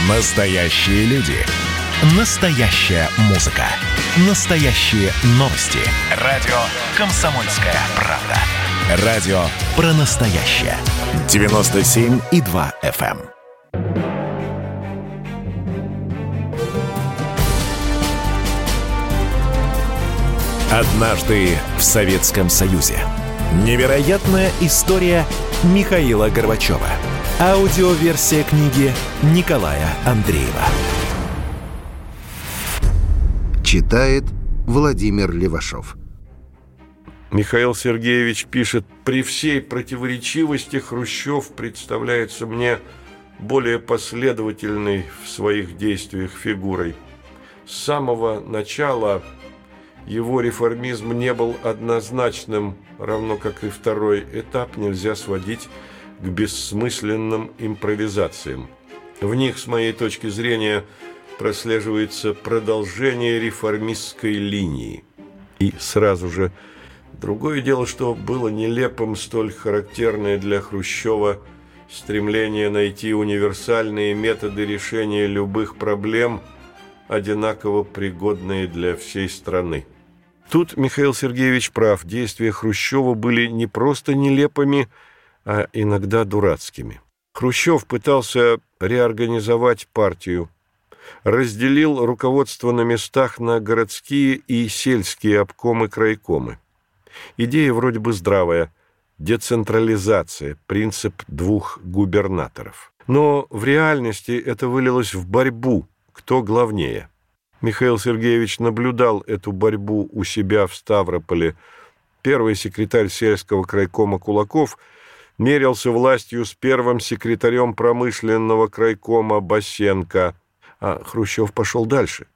Настоящие люди. Настоящая музыка. Настоящие новости. Радио «Комсомольская правда». Радио про настоящее. 97,2 FM. Однажды в Советском Союзе. Невероятная история Михаила Горбачева. Аудиоверсия книги Николая Андреева. Читает Владимир Левашов. Михаил Сергеевич пишет: «При всей противоречивости Хрущев представляется мне более последовательной в своих действиях фигурой. С самого начала его реформизм не был однозначным, равно как и второй этап нельзя сводить к бессмысленным импровизациям. В них, с моей точки зрения, прослеживается продолжение реформистской линии. И сразу же другое дело, что было нелепым столь характерное для Хрущева стремление найти универсальные методы решения любых проблем, одинаково пригодные для всей страны». Тут Михаил Сергеевич прав. Действия Хрущева были не просто нелепыми, а иногда дурацкими. Хрущев пытался реорганизовать партию, разделил руководство на местах на городские и сельские обкомы, крайкомы. Идея вроде бы здравая – децентрализация, принцип двух губернаторов. Но в реальности это вылилось в борьбу, кто главнее. Михаил Сергеевич наблюдал эту борьбу у себя в Ставрополе. Первый секретарь сельского крайкома Кулаков мерился властью с первым секретарем промышленного крайкома Басенко, а Хрущев пошел дальше.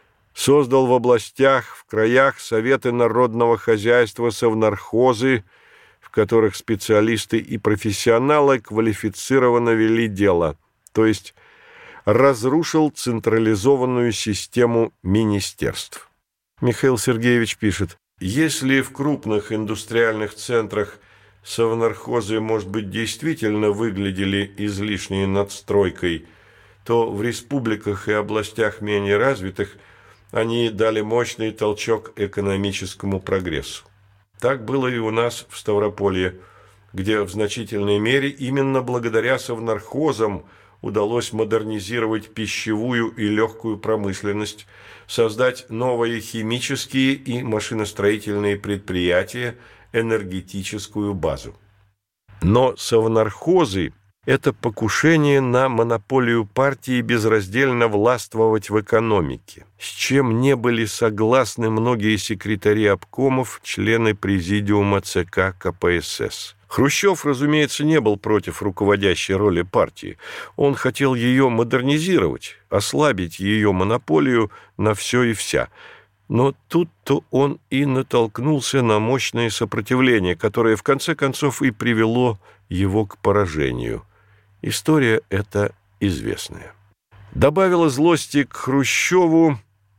Создал в областях, в краях советы народного хозяйства, совнархозы, в которых специалисты и профессионалы квалифицированно вели дело, то есть разрушил централизованную систему министерств. Михаил Сергеевич пишет: «Если в крупных индустриальных центрах совнархозы, может быть, действительно выглядели излишней надстройкой, то в республиках и областях менее развитых они дали мощный толчок экономическому прогрессу. Так было и у нас в Ставрополье, где в значительной мере именно благодаря совнархозам удалось модернизировать пищевую и легкую промышленность, создать новые химические и машиностроительные предприятия, энергетическую базу. Но совнархозы – это покушение на монополию партии безраздельно властвовать в экономике, с чем не были согласны многие секретари обкомов, члены президиума ЦК КПСС. Хрущев, разумеется, не был против руководящей роли партии. Он хотел ее модернизировать, ослабить ее монополию на все и вся. Но тут-то он и натолкнулся на мощное сопротивление, которое в конце концов и привело его к поражению. История эта известная. Добавило злости к Хрущеву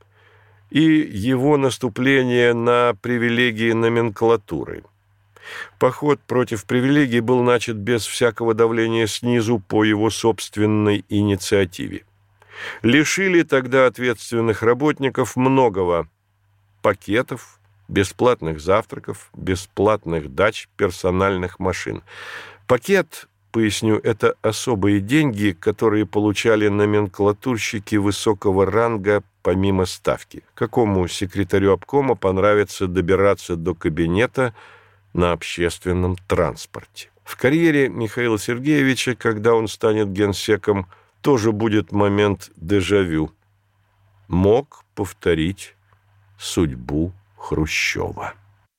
и его наступление на привилегии номенклатуры. Поход против привилегий был начат без всякого давления снизу по его собственной инициативе. Лишили тогда ответственных работников многого: пакетов, бесплатных завтраков, бесплатных дач, персональных машин. Пакет, поясню, это особые деньги, которые получали номенклатурщики высокого ранга помимо ставки. Какому секретарю обкома понравится добираться до кабинета на общественном транспорте? В карьере Михаила Сергеевича, когда он станет генсеком, тоже будет момент дежавю. Мог повторить судьбу Хрущева.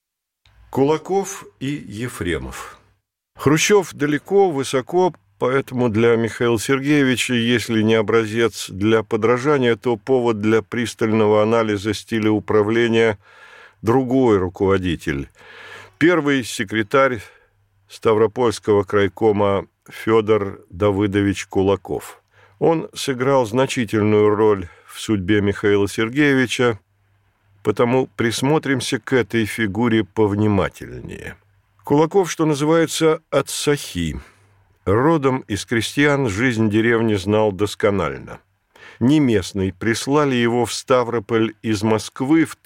Кулаков и Ефремов. Хрущев далеко, высоко, поэтому для Михаила Сергеевича, если не образец для подражания, то повод для пристального анализа стиля управления другой руководитель. Первый секретарь Ставропольского крайкома Федор Давыдович Кулаков. Он сыграл значительную роль в судьбе Михаила Сергеевича, потому присмотримся к этой фигуре повнимательнее. Кулаков, что называется, от Сахи. Родом из крестьян, жизнь деревни знал досконально. не местный, прислали его в Ставрополь из Москвы в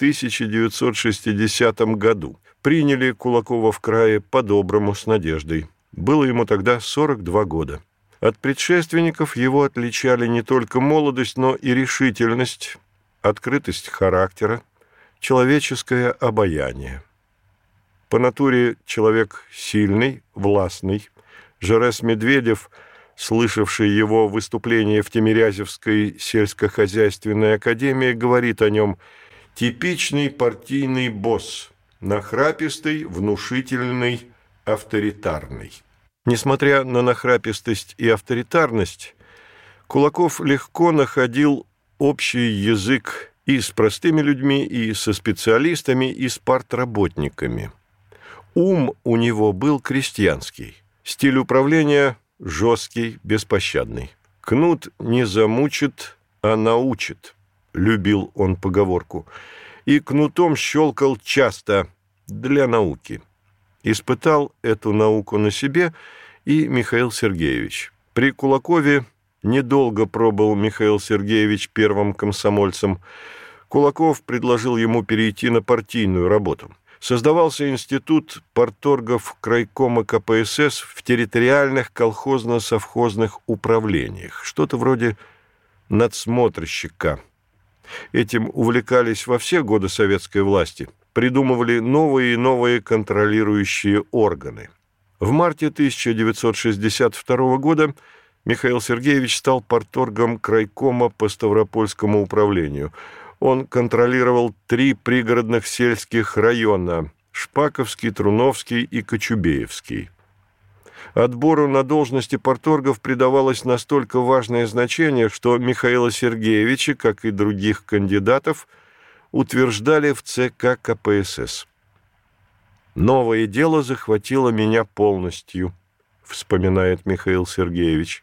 1960 году. Приняли Кулакова в крае по-доброму, с надеждой. Было ему тогда 42 года. От предшественников его отличали не только молодость, но и решительность, открытость характера, человеческое обаяние. По натуре человек сильный, властный. Жерес Медведев, слышавший его выступление в Тимирязевской сельскохозяйственной академии, говорит о нем: «Типичный партийный босс, нахрапистый, внушительный, авторитарный». Несмотря на нахрапистость и авторитарность, Кулаков легко находил общий язык и с простыми людьми, и со специалистами, и с партработниками. Ум у него был крестьянский, стиль управления жесткий, беспощадный. «Кнут не замучит, а научит», — любил он поговорку, и кнутом щелкал часто для науки. Испытал эту науку на себе и Михаил Сергеевич. При Кулакове недолго пробыл Михаил Сергеевич первым комсомольцем. Кулаков предложил ему перейти на партийную работу. Создавался институт парторгов крайкома КПСС в территориальных колхозно-совхозных управлениях, что-то вроде надсмотрщика. Этим увлекались во все годы советской власти, придумывали новые и новые контролирующие органы. В марте 1962 года Михаил Сергеевич стал парторгом крайкома по Ставропольскому управлению. Он контролировал 3 пригородных сельских района – Шпаковский, Труновский и Кочубеевский. Отбору на должности парторгов придавалось настолько важное значение, что Михаила Сергеевича, как и других кандидатов, утверждали в ЦК КПСС. «Новое дело захватило меня полностью», — вспоминает Михаил Сергеевич.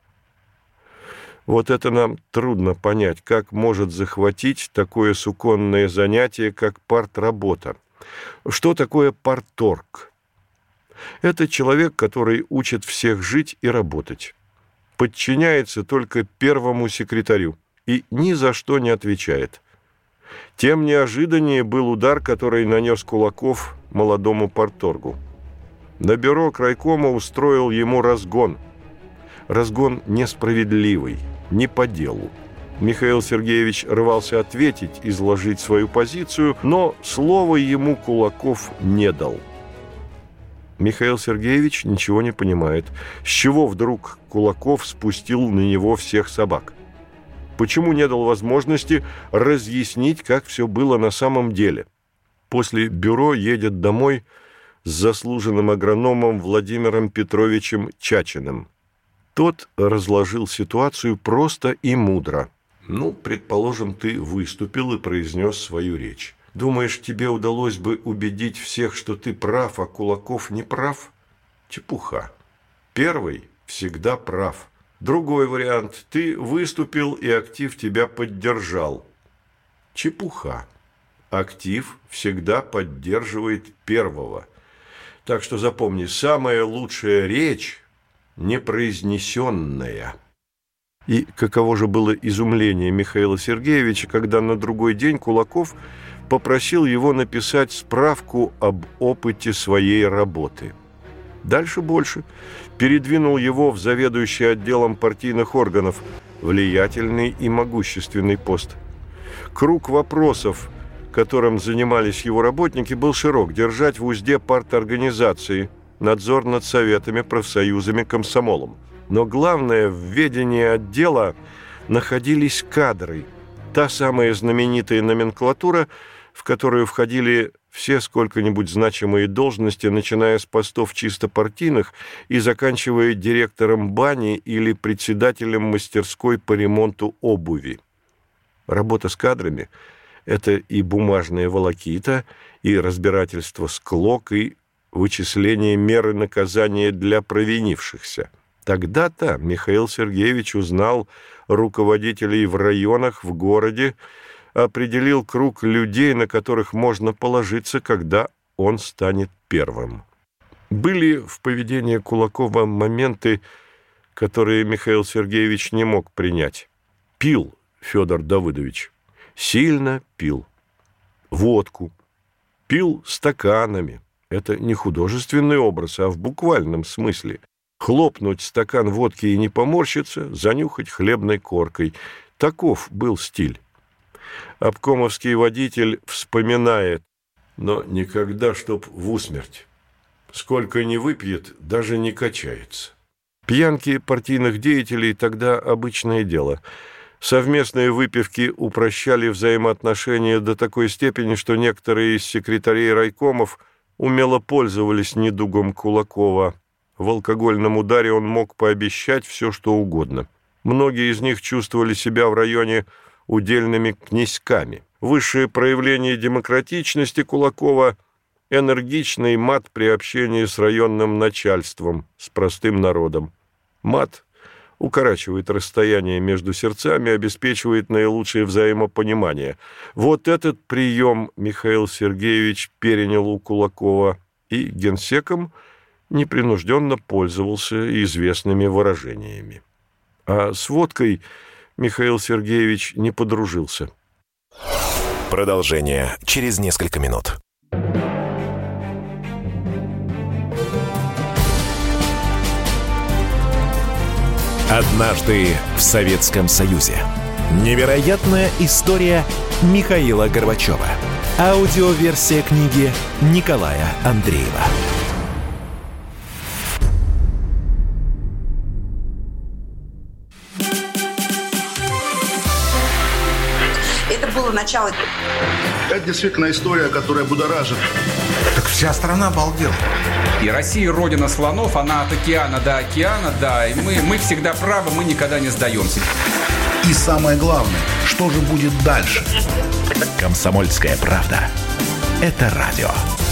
Вот это нам трудно понять, как может захватить такое суконное занятие, как партработа. Что такое парторг? Это человек, который учит всех жить и работать. Подчиняется только первому секретарю и ни за что не отвечает. Тем неожиданнее был удар, который нанес Кулаков молодому парторгу. На бюро крайкома устроил ему разгон. Разгон несправедливый, не по делу. Михаил Сергеевич рвался ответить, изложить свою позицию, но слова ему Кулаков не дал. Михаил Сергеевич ничего не понимает. С чего вдруг Кулаков спустил на него всех собак? Почему не дал возможности разъяснить, как все было на самом деле? После бюро едет домой с заслуженным агрономом Владимиром Петровичем Чачиным. Тот разложил ситуацию просто и мудро. «Ну, предположим, ты выступил и произнес свою речь. Думаешь, тебе удалось бы убедить всех, что ты прав, а Кулаков не прав? Чепуха. Первый всегда прав. Другой вариант. Ты выступил, и актив тебя поддержал. Чепуха. Актив всегда поддерживает первого. Так что запомни, самая лучшая речь – непроизнесенная». И каково же было изумление Михаила Сергеевича, когда на другой день Кулаков попросил его написать справку об опыте своей работы. Дальше больше. Передвинул его в заведующий отделом партийных органов, влиятельный и могущественный пост. Круг вопросов, которым занимались его работники, был широк: держать в узде парторганизации, надзор над советами, профсоюзами, комсомолом. Но главное, в ведении отдела находились кадры, та самая знаменитая номенклатура, в которую входили все сколько-нибудь значимые должности, начиная с постов чисто партийных и заканчивая директором бани или председателем мастерской по ремонту обуви. Работа с кадрами – это и бумажная волокита, и разбирательство склок, и вычисление меры наказания для провинившихся. Тогда-то Михаил Сергеевич узнал руководителей в районах, в городе, определил круг людей, на которых можно положиться, когда он станет первым. Были в поведении Кулакова моменты, которые Михаил Сергеевич не мог принять. Пил Федор Давыдович, сильно пил. Водку. Пил стаканами. Это не художественный образ, а в буквальном смысле. Хлопнуть стакан водки и не поморщиться, занюхать хлебной коркой. Таков был стиль. Обкомовский водитель вспоминает, но никогда чтоб в усмерть. Сколько не выпьет, даже не качается. Пьянки партийных деятелей тогда обычное дело. Совместные выпивки упрощали взаимоотношения до такой степени, что некоторые из секретарей райкомов умело пользовались недугом Кулакова. В алкогольном ударе он мог пообещать все, что угодно. Многие из них чувствовали себя в районе удельными князьками. Высшее проявление демократичности Кулакова – энергичный мат при общении с районным начальством, с простым народом. Мат укорачивает расстояние между сердцами, обеспечивает наилучшее взаимопонимание. Вот этот прием Михаил Сергеевич перенял у Кулакова и генсеком непринужденно пользовался известными выражениями. А с водкой Михаил Сергеевич не подружился. Продолжение через несколько минут. Однажды в Советском Союзе. Невероятная история Михаила Горбачева. Аудиоверсия книги Николая Андреева. Это было начало. Это действительно история, которая будоражит. Так вся страна обалдела. И Россия родина слонов, она от океана до океана, да, и мы всегда правы, мы никогда не сдаемся. И самое главное, что же будет дальше? Комсомольская правда. Это радио.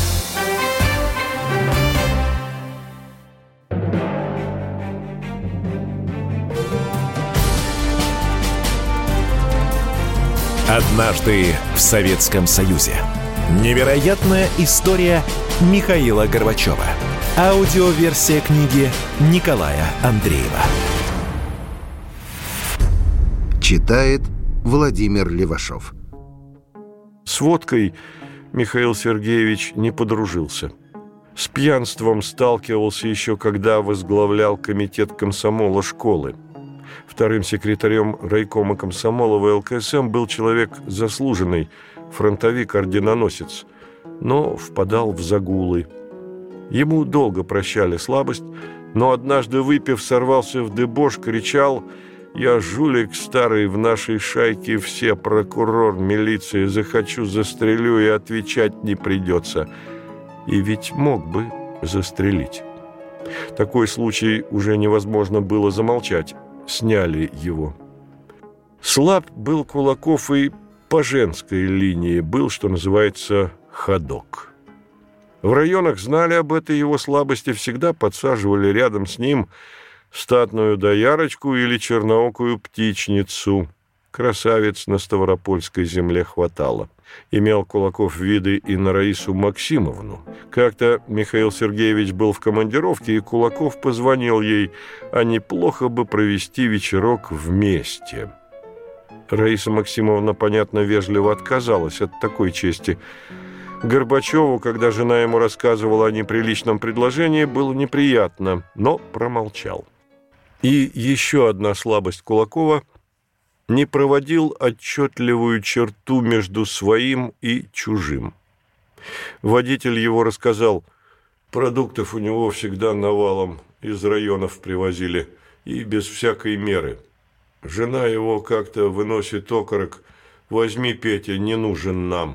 Однажды в Советском Союзе. Невероятная история Михаила Горбачева. Аудиоверсия книги Николая Андреева. Читает Владимир Левашов. С водкой Михаил Сергеевич не подружился. С пьянством сталкивался еще когда возглавлял комитет комсомола школы. Вторым секретарем райкома комсомола в ЛКСМ был человек заслуженный, фронтовик-орденоносец, но впадал в загулы. Ему долго прощали слабость, но однажды, выпив, сорвался в дебош, кричал: «Я жулик старый, в нашей шайке все, прокурор, милиция, захочу, застрелю, и отвечать не придется». И ведь мог бы застрелить. Такой случай уже невозможно было замолчать. Сняли его. Слаб был Кулаков и по женской линии, был, что называется, ходок. В районах знали об этой его слабости, всегда подсаживали рядом с ним статную доярочку или черноокую птичницу. Красавиц на Ставропольской земле хватало. Имел Кулаков виды и на Раису Максимовну. Как-то Михаил Сергеевич был в командировке, и Кулаков позвонил ей, а неплохо бы провести вечерок вместе. Раиса Максимовна, понятно, вежливо отказалась от такой чести. Горбачеву, когда жена ему рассказывала о неприличном предложении, было неприятно, но промолчал. И еще одна слабость Кулакова – не проводил отчетливую черту между своим и чужим. Водитель его рассказал: продуктов у него всегда навалом из районов привозили, и без всякой меры. Жена его как-то выносит окорок: «Возьми, Петя, не нужен нам».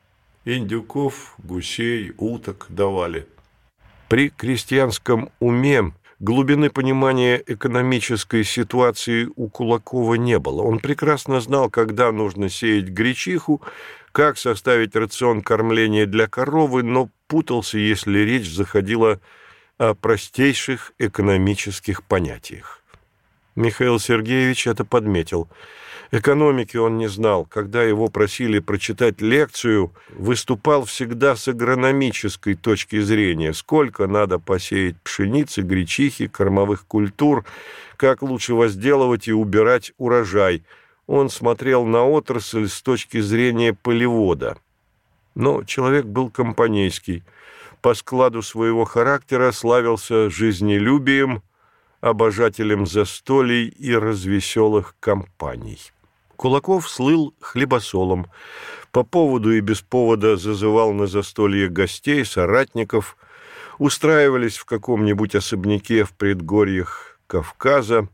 Индюков, гусей, уток давали. При крестьянском уме глубины понимания экономической ситуации у Кулакова не было. Он прекрасно знал, когда нужно сеять гречиху, как составить рацион кормления для коровы, но путался, если речь заходила о простейших экономических понятиях. Михаил Сергеевич это подметил. Экономики он не знал. Когда его просили прочитать лекцию, выступал всегда с агрономической точки зрения. Сколько надо посеять пшеницы, гречихи, кормовых культур, как лучше возделывать и убирать урожай. Он смотрел на отрасль с точки зрения полевода. Но человек был компанейский. По складу своего характера славился жизнелюбием, обожателем застолий и развеселых компаний. Кулаков слыл хлебосолом. По поводу и без повода зазывал на застолье гостей, соратников, устраивались в каком-нибудь особняке в предгорьях Кавказа,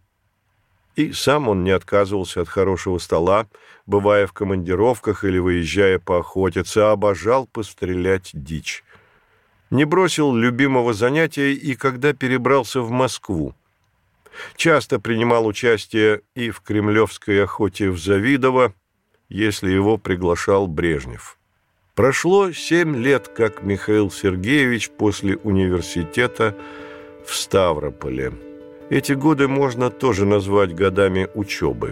и сам он не отказывался от хорошего стола, бывая в командировках или выезжая поохотиться, обожал пострелять дичь. Не бросил любимого занятия и когда перебрался в Москву. Часто принимал участие и в кремлевской охоте в Завидово, если его приглашал Брежнев. Прошло 7 лет, как Михаил Сергеевич после университета в Ставрополе. Эти годы можно тоже назвать годами учебы.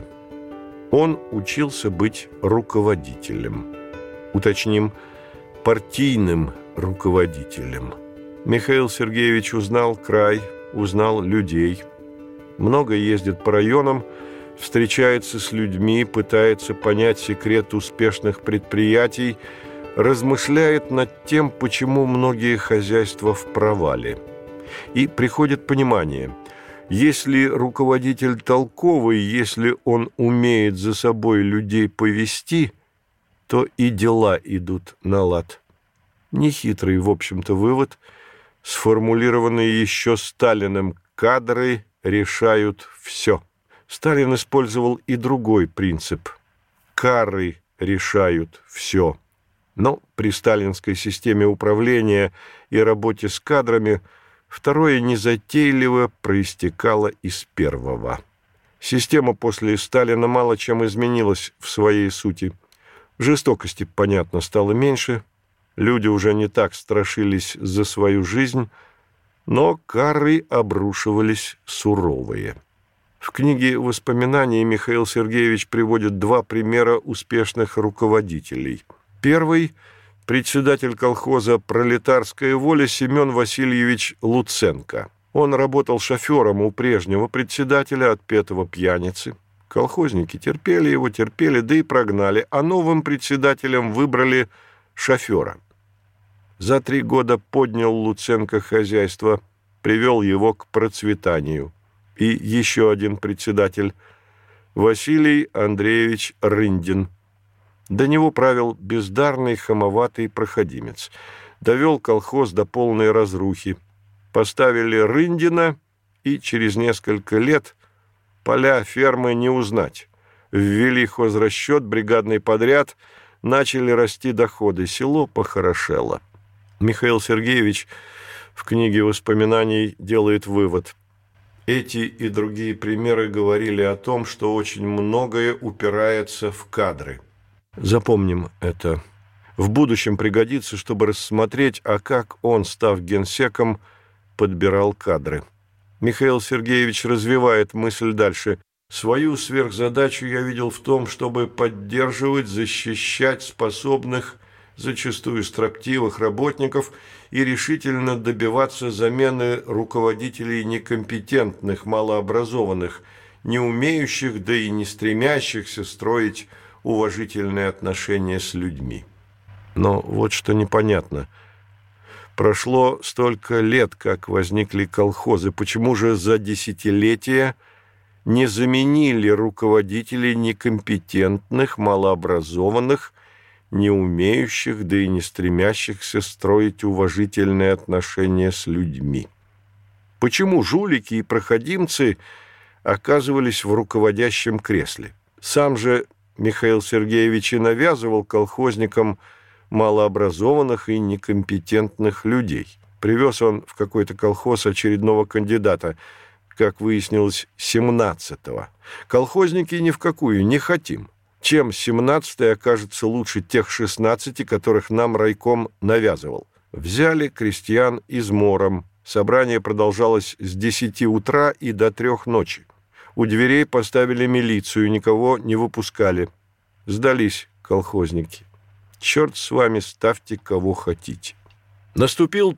Он учился быть руководителем. Уточним, партийным руководителем. Михаил Сергеевич узнал край, узнал людей. Много ездит по районам, встречается с людьми, пытается понять секрет успешных предприятий, размышляет над тем, почему многие хозяйства в провале. И приходит понимание – если руководитель толковый, если он умеет за собой людей повести, то и дела идут на лад. Нехитрый, в общем-то, вывод, сформулированный еще Сталиным: кадры решают все. Сталин использовал и другой принцип – кары решают все. Но при сталинской системе управления и работе с кадрами второе незатейливо проистекало из первого. Система после Сталина мало чем изменилась в своей сути. Жестокости, понятно, стало меньше, люди уже не так страшились за свою жизнь, но кары обрушивались суровые. В книге «Воспоминаний» Михаил Сергеевич приводит 2 примера успешных руководителей. Первый – председатель колхоза «Пролетарская воля» Семен Васильевич Луценко. Он работал шофером у прежнего председателя, отпетого пьяницы. Колхозники терпели его, да и прогнали, а новым председателем выбрали шофера. За 3 года поднял Луценко хозяйство, привел его к процветанию. И еще один председатель – Василий Андреевич Рындин. До него правил бездарный, хамоватый проходимец. Довел колхоз до полной разрухи. Поставили Рындина, и через несколько лет поля фермы не узнать. Ввели хозрасчет, бригадный подряд, начали расти доходы. Село похорошело. Михаил Сергеевич в книге «Воспоминаний» делает вывод. Эти и другие примеры говорили о том, что очень многое упирается в кадры. Запомним это. В будущем пригодится, чтобы рассмотреть, а как он, став генсеком, подбирал кадры. Михаил Сергеевич развивает мысль дальше. Свою сверхзадачу я видел в том, чтобы поддерживать, защищать способных, зачастую строптивых работников и решительно добиваться замены руководителей некомпетентных, малообразованных, не умеющих, да и не стремящихся строить уважительные отношения с людьми. Но вот что непонятно. Прошло столько лет, как возникли колхозы. Почему же за десятилетия не заменили руководителей некомпетентных, малообразованных, не умеющих, да и не стремящихся строить уважительные отношения с людьми? Почему жулики и проходимцы оказывались в руководящем кресле? Сам же Михаил Сергеевич и навязывал колхозникам малообразованных и некомпетентных людей. Привез он в какой-то колхоз очередного кандидата, как выяснилось, 17-го. Колхозники ни в какую не хотим. Чем 17-й окажется лучше тех 16, которых нам райком навязывал? Взяли крестьян измором. Собрание продолжалось с 10 утра и до 3 ночи. У дверей поставили милицию, никого не выпускали. Сдались колхозники. Черт с вами, ставьте кого хотите. Наступил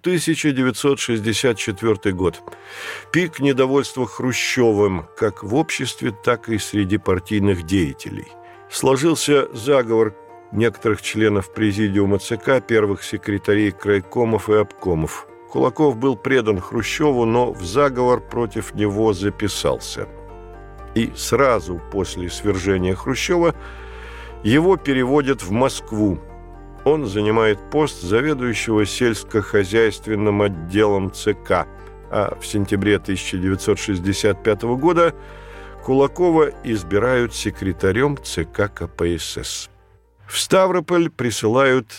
1964 год. Пик недовольства Хрущевым как в обществе, так и среди партийных деятелей. Сложился заговор некоторых членов президиума ЦК, первых секретарей крайкомов и обкомов. Кулаков был предан Хрущеву, но в заговор против него записался. И сразу после свержения Хрущева его переводят в Москву. Он занимает пост заведующего сельскохозяйственным отделом ЦК, а в сентябре 1965 года Кулакова избирают секретарем ЦК КПСС. В Ставрополь присылают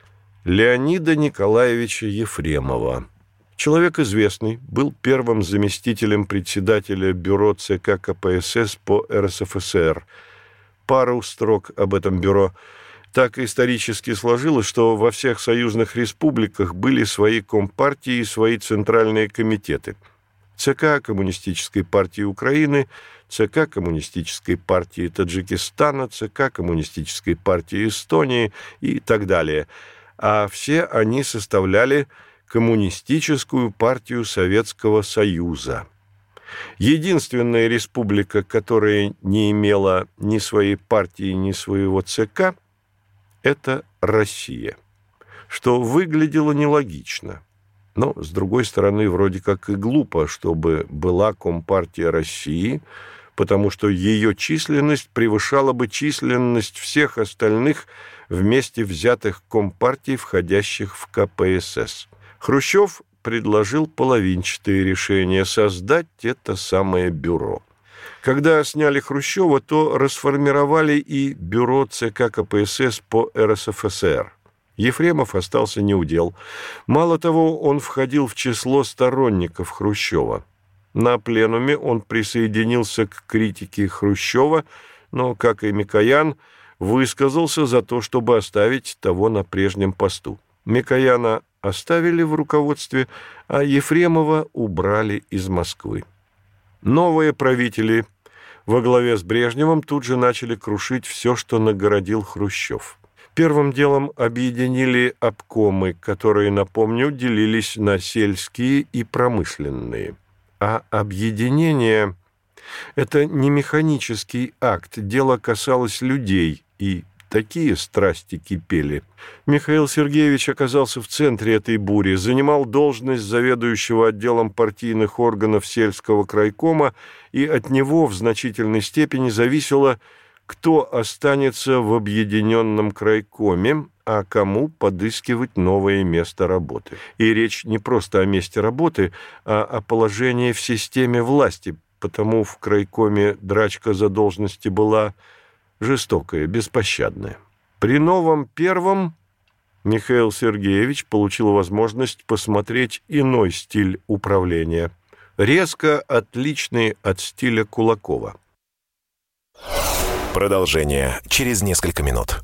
Леонида Николаевича Ефремова. Человек известный, был первым заместителем председателя бюро ЦК КПСС по РСФСР. Пару строк об этом бюро. Так исторически сложилось, что во всех союзных республиках были свои компартии и свои центральные комитеты. ЦК Коммунистической партии Украины, ЦК Коммунистической партии Таджикистана, ЦК Коммунистической партии Эстонии и так далее. А все они составляли Коммунистическую партию Советского Союза. Единственная республика, которая не имела ни своей партии, ни своего ЦК, это Россия, что выглядело нелогично. Но, с другой стороны, вроде как и глупо, чтобы была Компартия России, потому что ее численность превышала бы численность всех остальных вместе взятых компартий, входящих в КПСС. Хрущев предложил половинчатое решение – создать это самое бюро. Когда сняли Хрущева, то расформировали и бюро ЦК КПСС по РСФСР. Ефремов остался неудел. Мало того, он входил в число сторонников Хрущева. На пленуме он присоединился к критике Хрущева, но, как и Микоян, высказался за то, чтобы оставить того на прежнем посту. Микояна оставили в руководстве, а Ефремова убрали из Москвы. Новые правители во главе с Брежневым тут же начали крушить все, что нагородил Хрущев. Первым делом объединили обкомы, которые, напомню, делились на сельские и промышленные. А объединение – это не механический акт, дело касалось людей, и такие страсти кипели. Михаил Сергеевич оказался в центре этой бури, занимал должность заведующего отделом партийных органов сельского крайкома, и от него в значительной степени зависело, кто останется в объединенном крайкоме, а кому подыскивать новое место работы. И речь не просто о месте работы, а о положении в системе власти, потому в крайкоме драчка за должности была жестокая, беспощадная. При новом первом Михаил Сергеевич получил возможность посмотреть иной стиль управления, резко отличный от стиля Кулакова. Продолжение через несколько минут.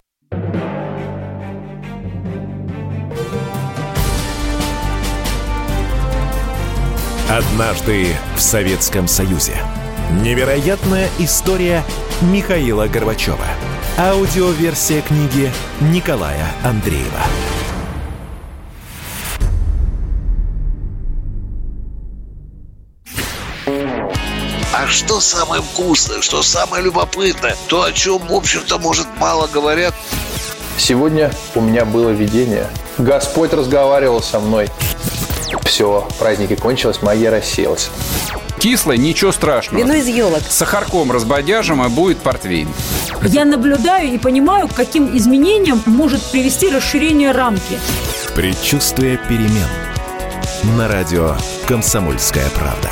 Однажды в Советском Союзе. Невероятная история Михаила Горбачева. Аудиоверсия книги Николая Андреева. А что самое вкусное, что самое любопытное, то, о чем, в общем-то, может, мало говорят? Сегодня у меня было видение. Господь разговаривал со мной. Все, праздники кончились, магия рассеялась. Кислое, ничего страшного. Вино из елок. С сахарком разбодяжим, и будет портвейн. Я наблюдаю и понимаю, к каким изменениям может привести расширение рамки. Предчувствие перемен. На радио «Комсомольская правда».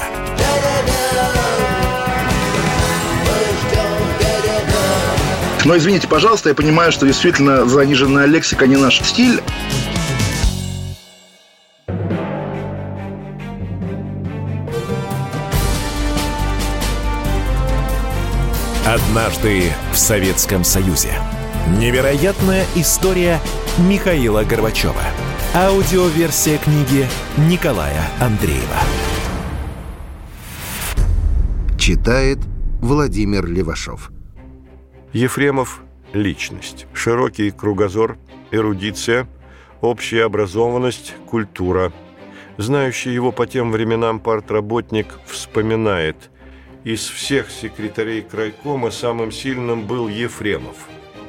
Но извините, пожалуйста, я понимаю, что действительно заниженная лексика не наш стиль. Однажды в Советском Союзе. Невероятная история Михаила Горбачева. Аудиоверсия книги Николая Андреева. Читает Владимир Левашов. Ефремов – личность. Широкий кругозор, эрудиция, общая образованность, культура. Знающий его по тем временам партработник вспоминает: из всех секретарей крайкома самым сильным был Ефремов.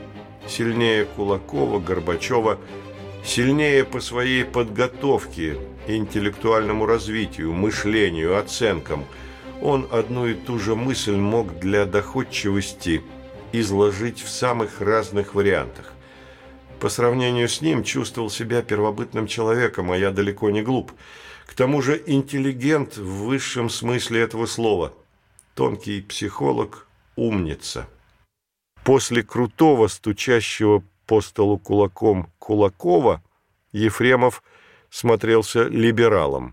Сильнее Кулакова, Горбачева, сильнее по своей подготовке, интеллектуальному развитию, мышлению, оценкам. Он одну и ту же мысль мог для доходчивости изложить в самых разных вариантах. По сравнению с ним чувствовал себя первобытным человеком, а я далеко не глуп. К тому же интеллигент в высшем смысле этого слова. Тонкий психолог, умница. После крутого, стучащего по столу кулаком Кулакова, Ефремов смотрелся либералом.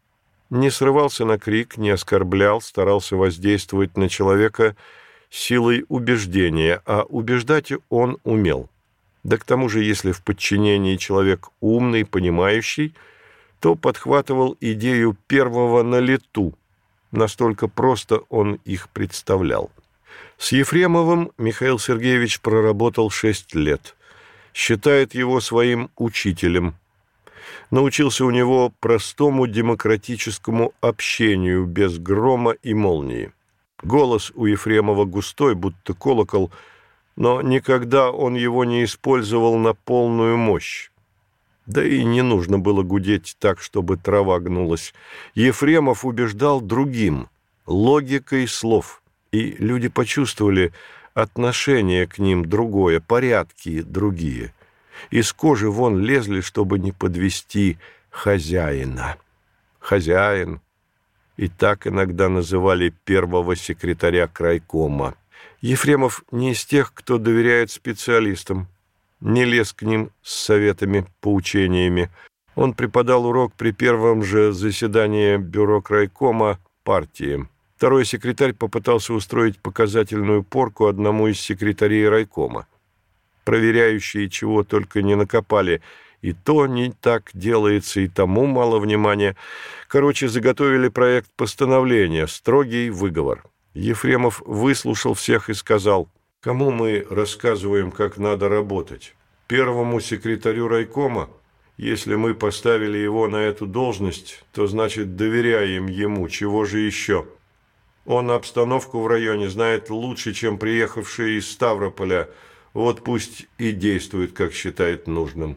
Не срывался на крик, не оскорблял, старался воздействовать на человека силой убеждения, а убеждать он умел. Да к тому же, если в подчинении человек умный, понимающий, то подхватывал идею первого на лету. Настолько просто он их представлял. С Ефремовым Михаил Сергеевич проработал 6 лет. Считает его своим учителем. Научился у него простому демократическому общению без грома и молнии. Голос у Ефремова густой, будто колокол, но никогда он его не использовал на полную мощь. Да и не нужно было гудеть так, чтобы трава гнулась. Ефремов убеждал другим, логикой слов, и люди почувствовали отношение к ним другое, порядки другие. Из кожи вон лезли, чтобы не подвести хозяина. Хозяин. И так иногда называли первого секретаря крайкома. Ефремов не из тех, кто доверяет специалистам, не лез к ним с советами, поучениями. Он преподал урок при первом же заседании бюро крайкома партии. Второй секретарь попытался устроить показательную порку одному из секретарей райкома. Проверяющие чего только не накопали. И то не так делается, и тому мало внимания. Короче, заготовили проект постановления, строгий выговор. Ефремов выслушал всех и сказал: кому мы рассказываем, как надо работать? Первому секретарю райкома? Если мы поставили его на эту должность, то значит доверяем ему, чего же еще? Он обстановку в районе знает лучше, чем приехавшие из Ставрополя. Вот пусть и действует, как считает нужным.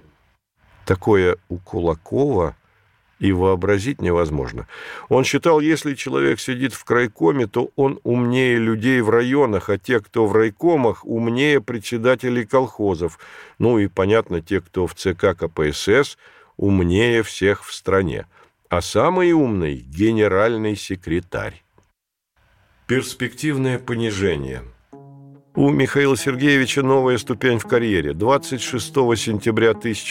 Такое у Кулакова и вообразить невозможно. Он считал, если человек сидит в крайкоме, то он умнее людей в районах, а те, кто в райкомах, умнее председателей колхозов. Ну и, понятно, те, кто в ЦК КПСС, умнее всех в стране. А самый умный – генеральный секретарь. Перспективное понижение. У Михаила Сергеевича новая ступень в карьере. 26 сентября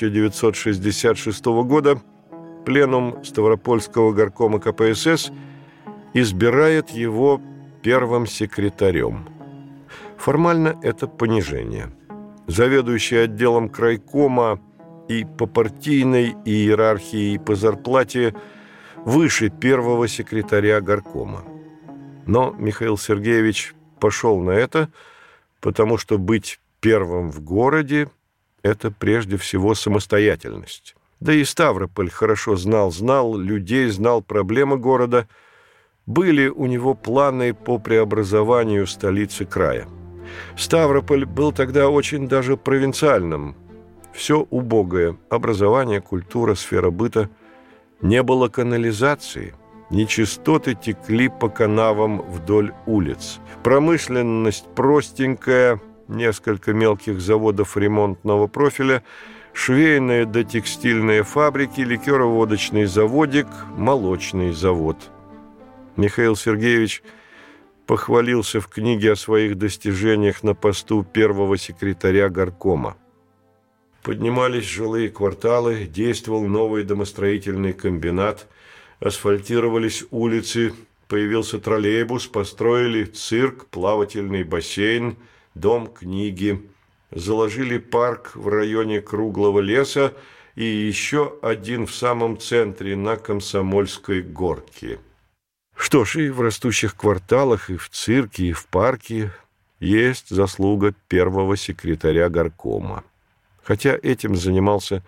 1966 года пленум Ставропольского горкома КПСС избирает его первым секретарем. Формально это понижение. Заведующий отделом крайкома и по партийной иерархии, и по зарплате выше первого секретаря горкома. Но Михаил Сергеевич пошел на это, потому что быть первым в городе – это прежде всего самостоятельность. Да и Ставрополь хорошо знал людей, знал проблемы города. Были у него планы по преобразованию столицы края. Ставрополь был тогда очень даже провинциальным. Все убогое – образование, культура, сфера быта. Не было канализации. Нечистоты текли по канавам вдоль улиц. Промышленность простенькая, несколько мелких заводов ремонтного профиля, швейные да текстильные фабрики, ликероводочный заводик, молочный завод. Михаил Сергеевич похвалился в книге о своих достижениях на посту первого секретаря горкома. Поднимались жилые кварталы, действовал новый домостроительный комбинат, асфальтировались улицы, появился троллейбус, построили цирк, плавательный бассейн, дом книги, заложили парк в районе Круглого леса и еще один в самом центре на Комсомольской горке. Что ж, и в растущих кварталах, и в цирке, и в парке есть заслуга первого секретаря горкома. Хотя этим занимался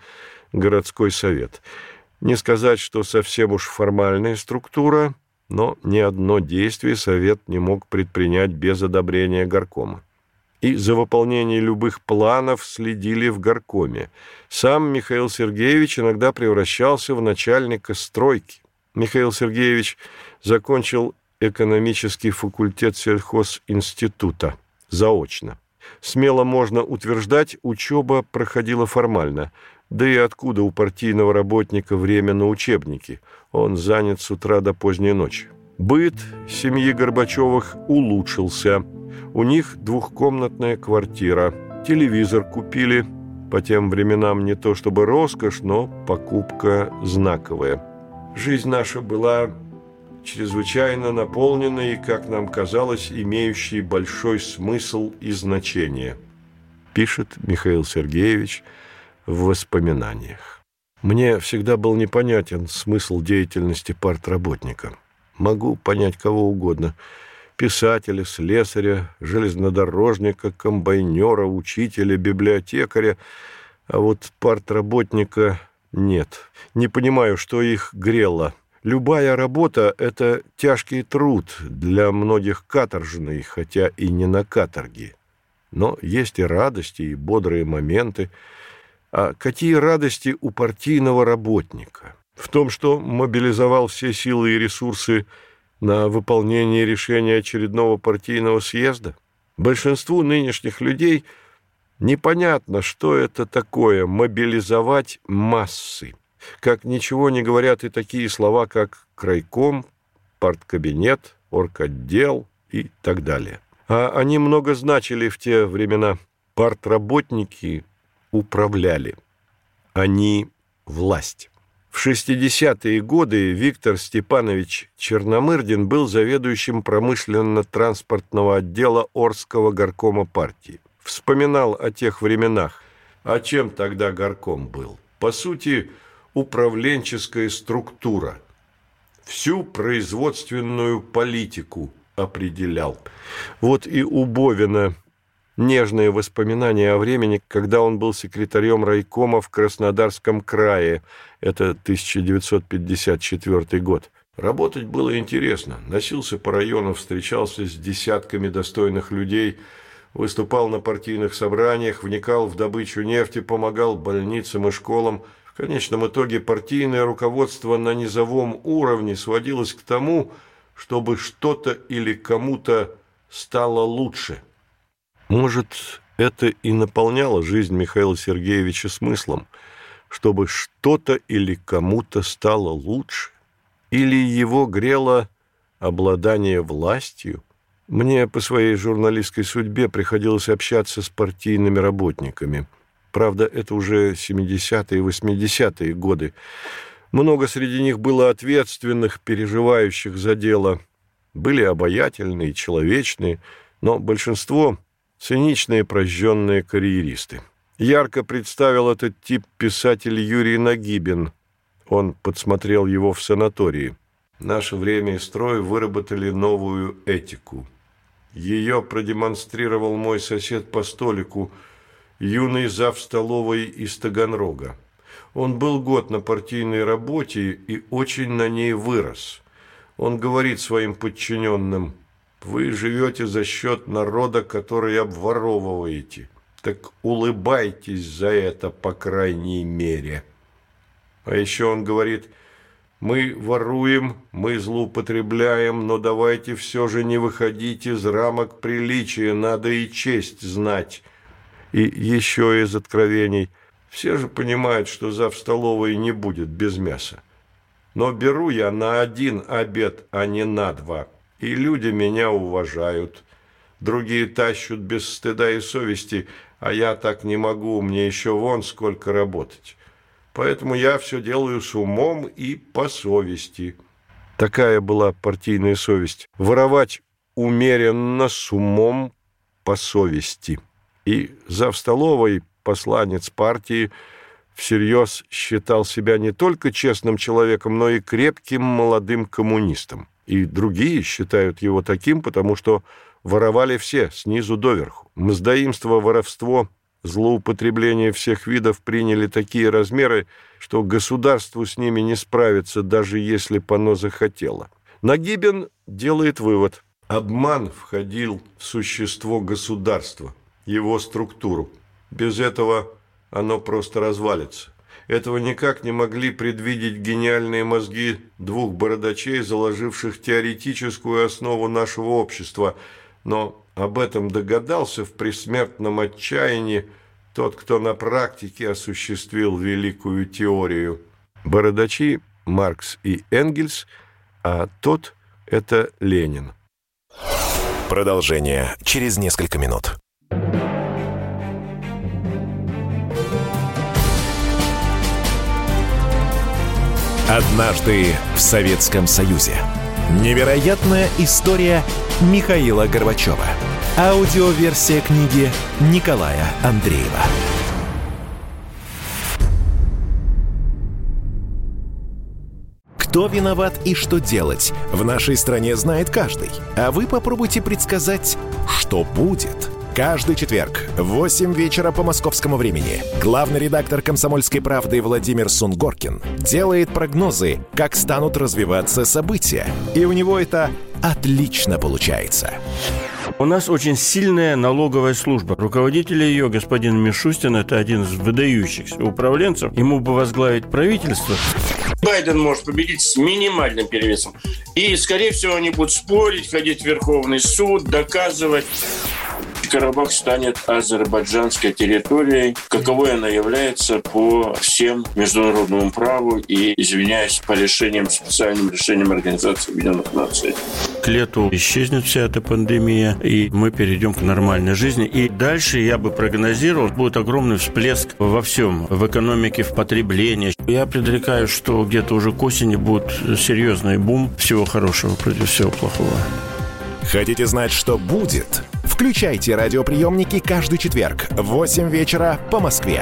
городской совет. Не сказать, что совсем уж формальная структура, но ни одно действие совет не мог предпринять без одобрения горкома. И за выполнение любых планов следили в горкоме. Сам Михаил Сергеевич иногда превращался в начальника стройки. Михаил Сергеевич закончил экономический факультет сельхозинститута заочно. Смело можно утверждать, учеба проходила формально. Да и откуда у партийного работника время на учебники? Он занят с утра до поздней ночи. Быт семьи Горбачевых улучшился. У них двухкомнатная квартира. Телевизор купили. По тем временам не то чтобы роскошь, но покупка знаковая. Жизнь наша была чрезвычайно наполненной и, как нам казалось, имеющей большой смысл и значение, пишет Михаил Сергеевич в воспоминаниях. Мне всегда был непонятен смысл деятельности партработника. Могу понять кого угодно – писателя, слесаря, железнодорожника, комбайнера, учителя, библиотекаря, а вот партработника нет. Не понимаю, что их грело. Любая работа – это тяжкий труд, для многих каторжный, хотя и не на каторге. Но есть и радости, и бодрые моменты. А какие радости у партийного работника? В том, что мобилизовал все силы и ресурсы на выполнение решения очередного партийного съезда? Большинству нынешних людей непонятно, что это такое – мобилизовать массы. Как ничего не говорят и такие слова, как крайком, парткабинет, орготдел и так далее. А они много значили в те времена. Партработники управляли. Они – власть. В 60-е годы Виктор Степанович Черномырдин был заведующим промышленно-транспортного отдела Орского горкома партии. Вспоминал о тех временах. А чем тогда горком был? По сути, управленческая структура. Всю производственную политику определял. Вот и у Бовина нежные воспоминания о времени, когда он был секретарем райкома в Краснодарском крае. Это 1954 год. Работать было интересно. Носился по району, встречался с десятками достойных людей, выступал на партийных собраниях, вникал в добычу нефти, помогал больницам и школам. В конечном итоге партийное руководство на низовом уровне сводилось к тому, чтобы что-то или кому-то стало лучше. Может, это и наполняло жизнь Михаила Сергеевича смыслом, чтобы что-то или кому-то стало лучше? Или его грело обладание властью? Мне по своей журналистской судьбе приходилось общаться с партийными работниками. Правда, это уже 70-е и 80-е годы. Много среди них было ответственных, переживающих за дело. Были обаятельные, человечные, но большинство – циничные, прожженные карьеристы. Ярко представил этот тип писатель Юрий Нагибин. Он подсмотрел его в санатории. Наше время и строй выработали новую этику. Ее продемонстрировал мой сосед по столику, юный зав. Столовой из Таганрога. Он был год на партийной работе и очень на ней вырос. Он говорит своим подчиненным: «Вы живете за счет народа, который обворовываете. Так улыбайтесь за это, по крайней мере». А еще он говорит: «Мы воруем, мы злоупотребляем, но давайте все же не выходить из рамок приличия, надо и честь знать». И еще из откровений: «Все же понимают, что зав. Столовой не будет без мяса. Но беру я на 1 обед, а не на 2, и люди меня уважают. Другие тащут без стыда и совести, а я так не могу, мне еще вон сколько работать. Поэтому я все делаю с умом и по совести». Такая была партийная совесть. Воровать умеренно, с умом, по совести. И зав. Столовой, посланец партии, всерьез считал себя не только честным человеком, но и крепким молодым коммунистом. И другие считают его таким, потому что воровали все, снизу доверху. Мздоимство, воровство Злоупотребления всех видов приняли такие размеры, что государству с ними не справиться, даже если бы оно захотело. Нагибин делает вывод. Обман входил в существо государства, его структуру. Без этого оно просто развалится. Этого никак не могли предвидеть гениальные мозги двух бородачей, заложивших теоретическую основу нашего общества. Но об этом догадался в предсмертном отчаянии тот, кто на практике осуществил великую теорию. Бородачи – Маркс и Энгельс, а тот – это Ленин. Продолжение через несколько минут. Однажды в Советском Союзе. Невероятная история Михаила Горбачева. Аудиоверсия книги Николая Андреева. Кто виноват и что делать, в нашей стране знает каждый. А вы попробуйте предсказать, что будет. Каждый четверг в 8 вечера по московскому времени главный редактор «Комсомольской правды» Владимир Сунгоркин делает прогнозы, как станут развиваться события. И у него это отлично получается. У нас очень сильная налоговая служба. Руководитель ее, господин Мишустин, это один из выдающихся управленцев. Ему бы возглавить правительство. Байден может победить с минимальным перевесом. И, скорее всего, они будут спорить, ходить в Верховный суд, доказывать. Карабах станет азербайджанской территорией, каковой она является по всем международному праву и, извиняюсь, по специальным решениям Организации Объединенных Наций. К лету исчезнет вся эта пандемия, и мы перейдем к нормальной жизни. И дальше, я бы прогнозировал, будет огромный всплеск во всем, в экономике, в потреблении. Я предрекаю, что где-то уже к осени будет серьезный бум всего хорошего против всего плохого. Хотите знать, что будет? Включайте радиоприемники каждый четверг в 8 вечера по Москве.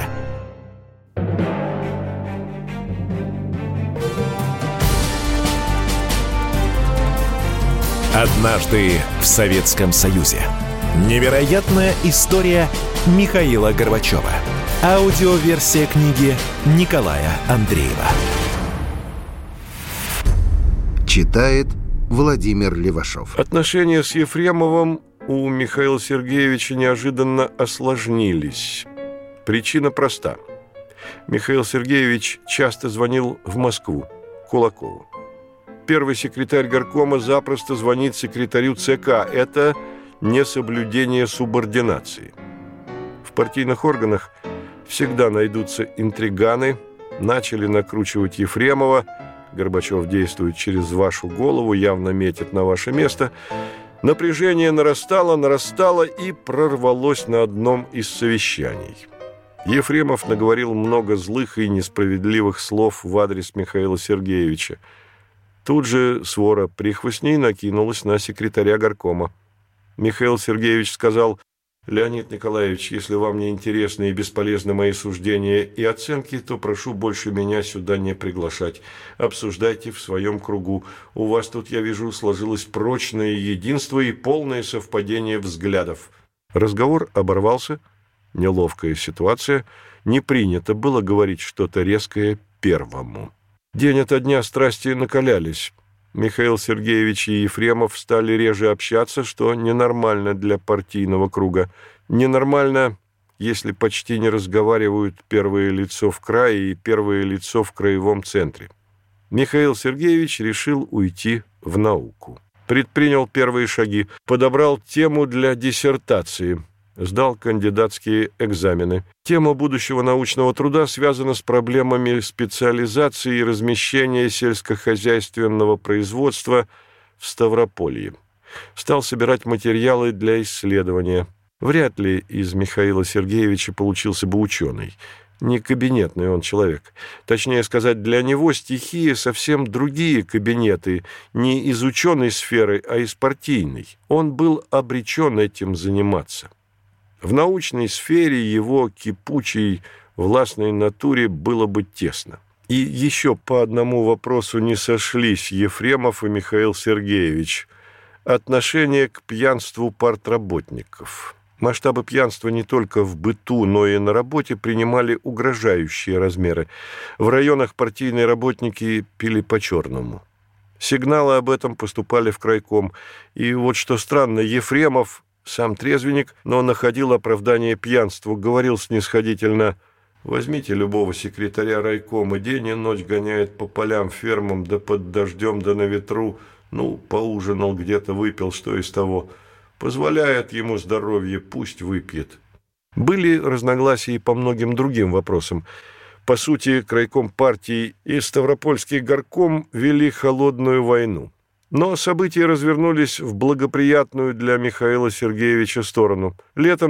Однажды в Советском Союзе. Невероятная история Михаила Горбачева. Аудиоверсия книги Николая Андреева. Читает Владимир Левашов. Отношения с Ефремовым у Михаила Сергеевича неожиданно осложнились. Причина проста. Михаил Сергеевич часто звонил в Москву, Кулакову. Первый секретарь горкома запросто звонит секретарю ЦК. Это несоблюдение субординации. В партийных органах всегда найдутся интриганы. Начали накручивать Ефремова. Горбачев действует через вашу голову, явно метит на ваше место. Напряжение нарастало и прорвалось на одном из совещаний. Ефремов наговорил много злых и несправедливых слов в адрес Михаила Сергеевича. Тут же свора прихвостней накинулась на секретаря горкома. Михаил Сергеевич сказал: «Леонид Николаевич, если вам не интересны и бесполезны мои суждения и оценки, то прошу больше меня сюда не приглашать. Обсуждайте в своем кругу. У вас тут, я вижу, сложилось прочное единство и полное совпадение взглядов». Разговор оборвался. Неловкая ситуация. Не принято было говорить что-то резкое первому. День ото дня страсти накалялись. Михаил Сергеевич и Ефремов стали реже общаться, что ненормально для партийного круга. Ненормально, если почти не разговаривают первое лицо в крае и первое лицо в краевом центре. Михаил Сергеевич решил уйти в науку. Предпринял первые шаги, подобрал тему для диссертации, сдал кандидатские экзамены. Тема будущего научного труда связана с проблемами специализации и размещения сельскохозяйственного производства в Ставрополье. Стал собирать материалы для исследования. Вряд ли из Михаила Сергеевича получился бы ученый. Не кабинетный он человек. Точнее сказать, для него стихия совсем другие кабинеты, не из ученой сферы, а из партийной. Он был обречен этим заниматься. В научной сфере его кипучей властной натуре было бы тесно. И еще по одному вопросу не сошлись Ефремов и Михаил Сергеевич. Отношение к пьянству партработников. Масштабы пьянства не только в быту, но и на работе принимали угрожающие размеры. В районах партийные работники пили по-черному. Сигналы об этом поступали в крайком. И вот что странно, Ефремов, сам трезвенник, но находил оправдание пьянству, говорил снисходительно: «Возьмите любого секретаря райкома, день и ночь гоняет по полям, фермам, да под дождем, да на ветру. Ну, поужинал где-то, выпил, что из того. Позволяет ему здоровье, пусть выпьет». Были разногласия и по многим другим вопросам. По сути, крайком партии и Ставропольский горком вели холодную войну. Но события развернулись в благоприятную для Михаила Сергеевича сторону. Летом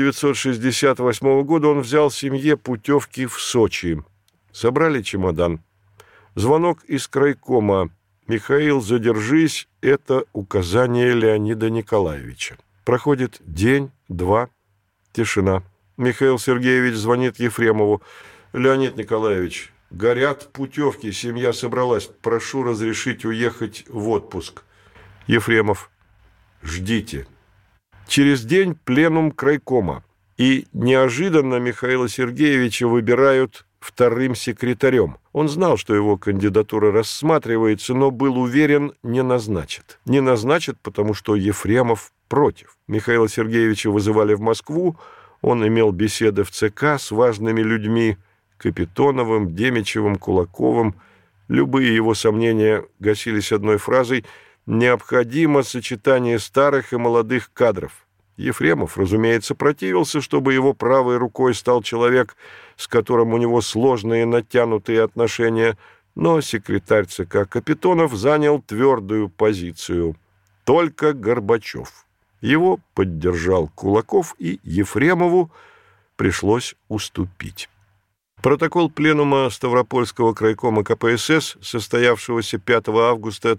1968 года он взял семье путевки в Сочи. Собрали чемодан. Звонок из крайкома: «Михаил, задержись, это указание Леонида Николаевича». Проходит день, два, тишина. Михаил Сергеевич звонит Ефремову: «Леонид Николаевич, горят путевки, семья собралась, прошу разрешить уехать в отпуск». Ефремов: «Ждите». Через день пленум крайкома, и неожиданно Михаила Сергеевича выбирают вторым секретарем. Он знал, что его кандидатура рассматривается, но был уверен, не назначат. Не назначат, потому что Ефремов против. Михаила Сергеевича вызывали в Москву, он имел беседы в ЦК с важными людьми: Капитоновым, Демичевым, Кулаковым. Любые его сомнения гасились одной фразой: «Необходимо сочетание старых и молодых кадров». Ефремов, разумеется, противился, чтобы его правой рукой стал человек, с которым у него сложные натянутые отношения, но секретарь ЦК Капитонов занял твердую позицию: только Горбачев. Его поддержал Кулаков, и Ефремову пришлось уступить. Протокол пленума Ставропольского крайкома КПСС, состоявшегося 5 августа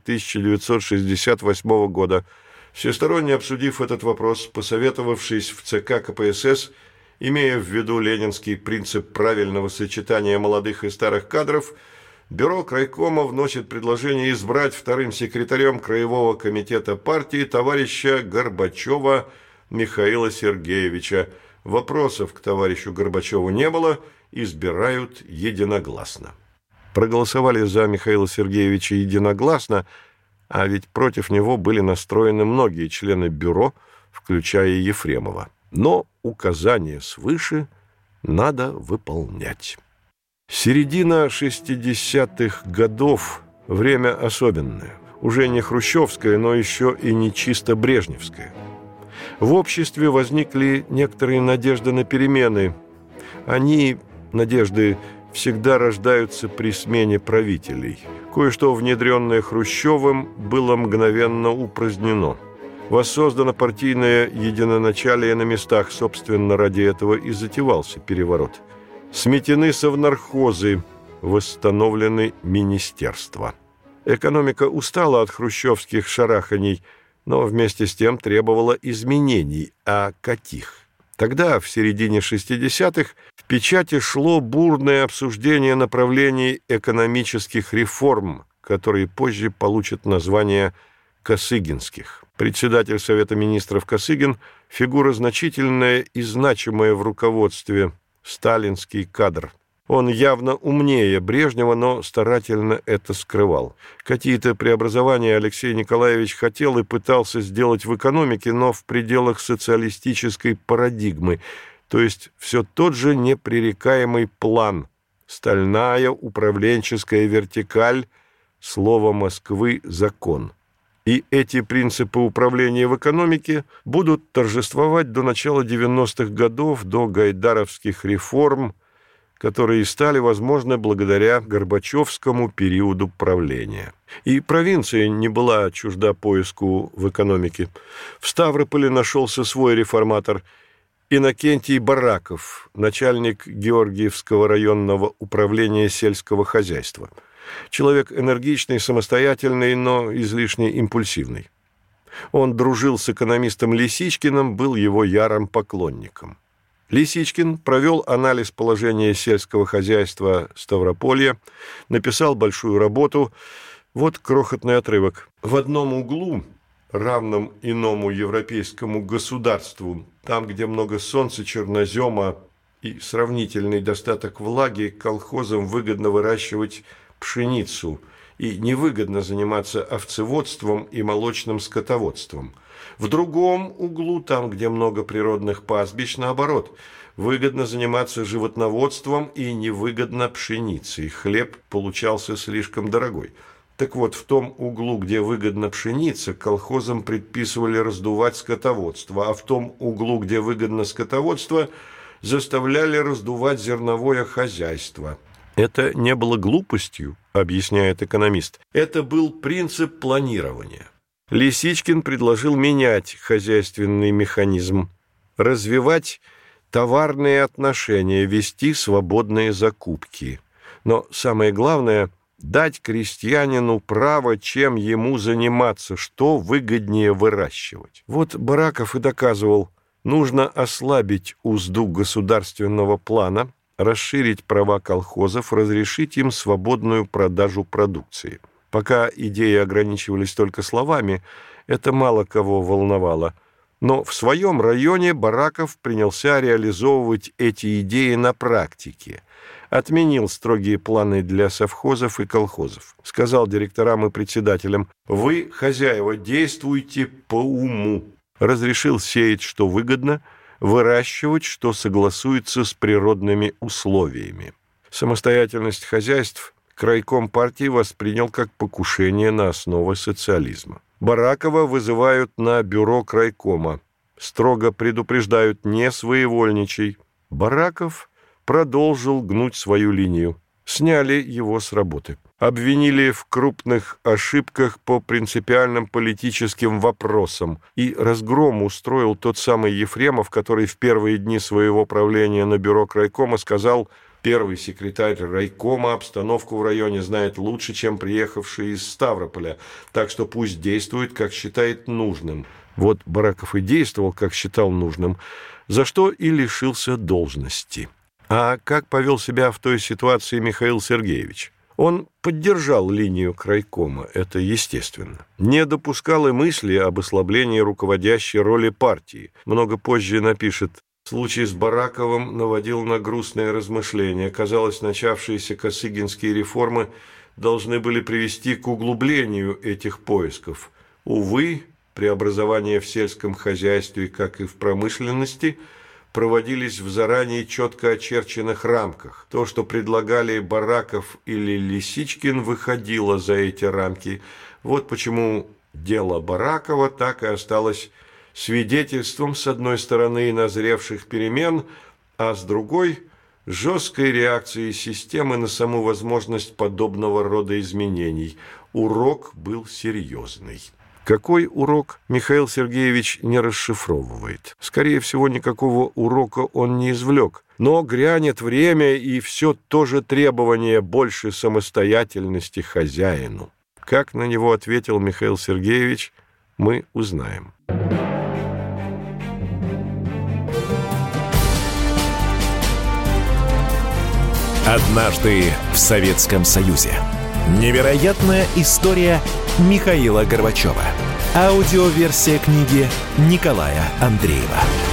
1968 года. Всесторонне обсудив этот вопрос, посоветовавшись в ЦК КПСС, имея в виду ленинский принцип правильного сочетания молодых и старых кадров, бюро крайкома вносит предложение избрать вторым секретарем Краевого комитета партии товарища Горбачева Михаила Сергеевича. Вопросов к товарищу Горбачеву не было, избирают единогласно. Проголосовали за Михаила Сергеевича единогласно, а ведь против него были настроены многие члены бюро, включая Ефремова. Но указания свыше надо выполнять. Середина 60-х годов – время особенное. Уже не хрущевское, но еще и не чисто брежневское. В обществе возникли некоторые надежды на перемены. Они, надежды, всегда рождаются при смене правителей. Кое-что, внедренное Хрущевым, было мгновенно упразднено. Воссоздано партийное единоначалие на местах, собственно, ради этого и затевался переворот. Сметены совнархозы, восстановлены министерства. Экономика устала от хрущевских шараханий, но вместе с тем требовала изменений. А каких? Тогда, в середине 60-х, в печати шло бурное обсуждение направлений экономических реформ, которые позже получат название «косыгинских». Председатель Совета министров Косыгин – фигура значительная и значимая в руководстве, сталинский кадр. Он явно умнее Брежнева, но старательно это скрывал. Какие-то преобразования Алексей Николаевич хотел и пытался сделать в экономике, но в пределах социалистической парадигмы, то есть все тот же непререкаемый план, стальная управленческая вертикаль, слово Москвы – закон. И эти принципы управления в экономике будут торжествовать до начала 90-х годов, до гайдаровских реформ, которые стали возможны благодаря Горбачевскому периоду правления. И провинция не была чужда поиску в экономике. В Ставрополе нашелся свой реформатор Иннокентий Бараков, начальник Георгиевского районного управления сельского хозяйства. Человек энергичный, самостоятельный, но излишне импульсивный. Он дружил с экономистом Лисичкиным, был его ярым поклонником. Лисичкин провел анализ положения сельского хозяйства Ставрополья, написал большую работу. Вот крохотный отрывок. В одном углу равном иному европейскому государству. Там, где много солнца, чернозема и сравнительный достаток влаги, колхозам выгодно выращивать пшеницу и невыгодно заниматься овцеводством и молочным скотоводством. В другом углу, там, где много природных пастбищ, наоборот, выгодно заниматься животноводством и невыгодно пшеницей. Хлеб получался слишком дорогой. Так вот, в том углу, где выгодна пшеница, колхозам предписывали раздувать скотоводство, а в том углу, где выгодно скотоводство, заставляли раздувать зерновое хозяйство. Это не было глупостью, объясняет экономист. Это был принцип планирования. Лисичкин предложил менять хозяйственный механизм, развивать товарные отношения, вести свободные закупки. Но самое главное – дать крестьянину право, чем ему заниматься, что выгоднее выращивать. Вот Бараков и доказывал, нужно ослабить узду государственного плана, расширить права колхозов, разрешить им свободную продажу продукции. Пока идеи ограничивались только словами, это мало кого волновало. Но в своем районе Бараков принялся реализовывать эти идеи на практике. Отменил строгие планы для совхозов и колхозов. Сказал директорам и председателям: «Вы, хозяева, действуйте по уму». Разрешил сеять, что выгодно, выращивать, что согласуется с природными условиями. Самостоятельность хозяйств крайком партии воспринял как покушение на основы социализма. Баракова вызывают на бюро крайкома. Строго предупреждают: не своевольничай. Бараков продолжил гнуть свою линию. Сняли его с работы. Обвинили в крупных ошибках по принципиальным политическим вопросам. И разгром устроил тот самый Ефремов, который в первые дни своего правления на бюро крайкома сказал: «Первый секретарь райкома обстановку в районе знает лучше, чем приехавший из Ставрополя, так что пусть действует, как считает нужным». Вот Бараков и действовал, как считал нужным, за что и лишился должности. А как повел себя в той ситуации Михаил Сергеевич? Он поддержал линию крайкома, это естественно. Не допускал и мысли об ослаблении руководящей роли партии. Много позже напишет: «Случай с Бараковым наводил на грустные размышления. Казалось, начавшиеся косыгинские реформы должны были привести к углублению этих поисков. Увы, преобразования в сельском хозяйстве, как и в промышленности, проводились в заранее четко очерченных рамках. То, что предлагали Бараков или Лисичкин, выходило за эти рамки. Вот почему дело Баракова так и осталось свидетельством, с одной стороны, назревших перемен, а с другой – жесткой реакции системы на саму возможность подобного рода изменений. Урок был серьезный». Какой урок, Михаил Сергеевич не расшифровывает. Скорее всего, никакого урока он не извлек. Но грянет время, и все то же требование больше самостоятельности хозяину. Как на него ответил Михаил Сергеевич, мы узнаем. Однажды в Советском Союзе. Невероятная история Михаила Горбачева. Аудиоверсия книги Николая Андреева.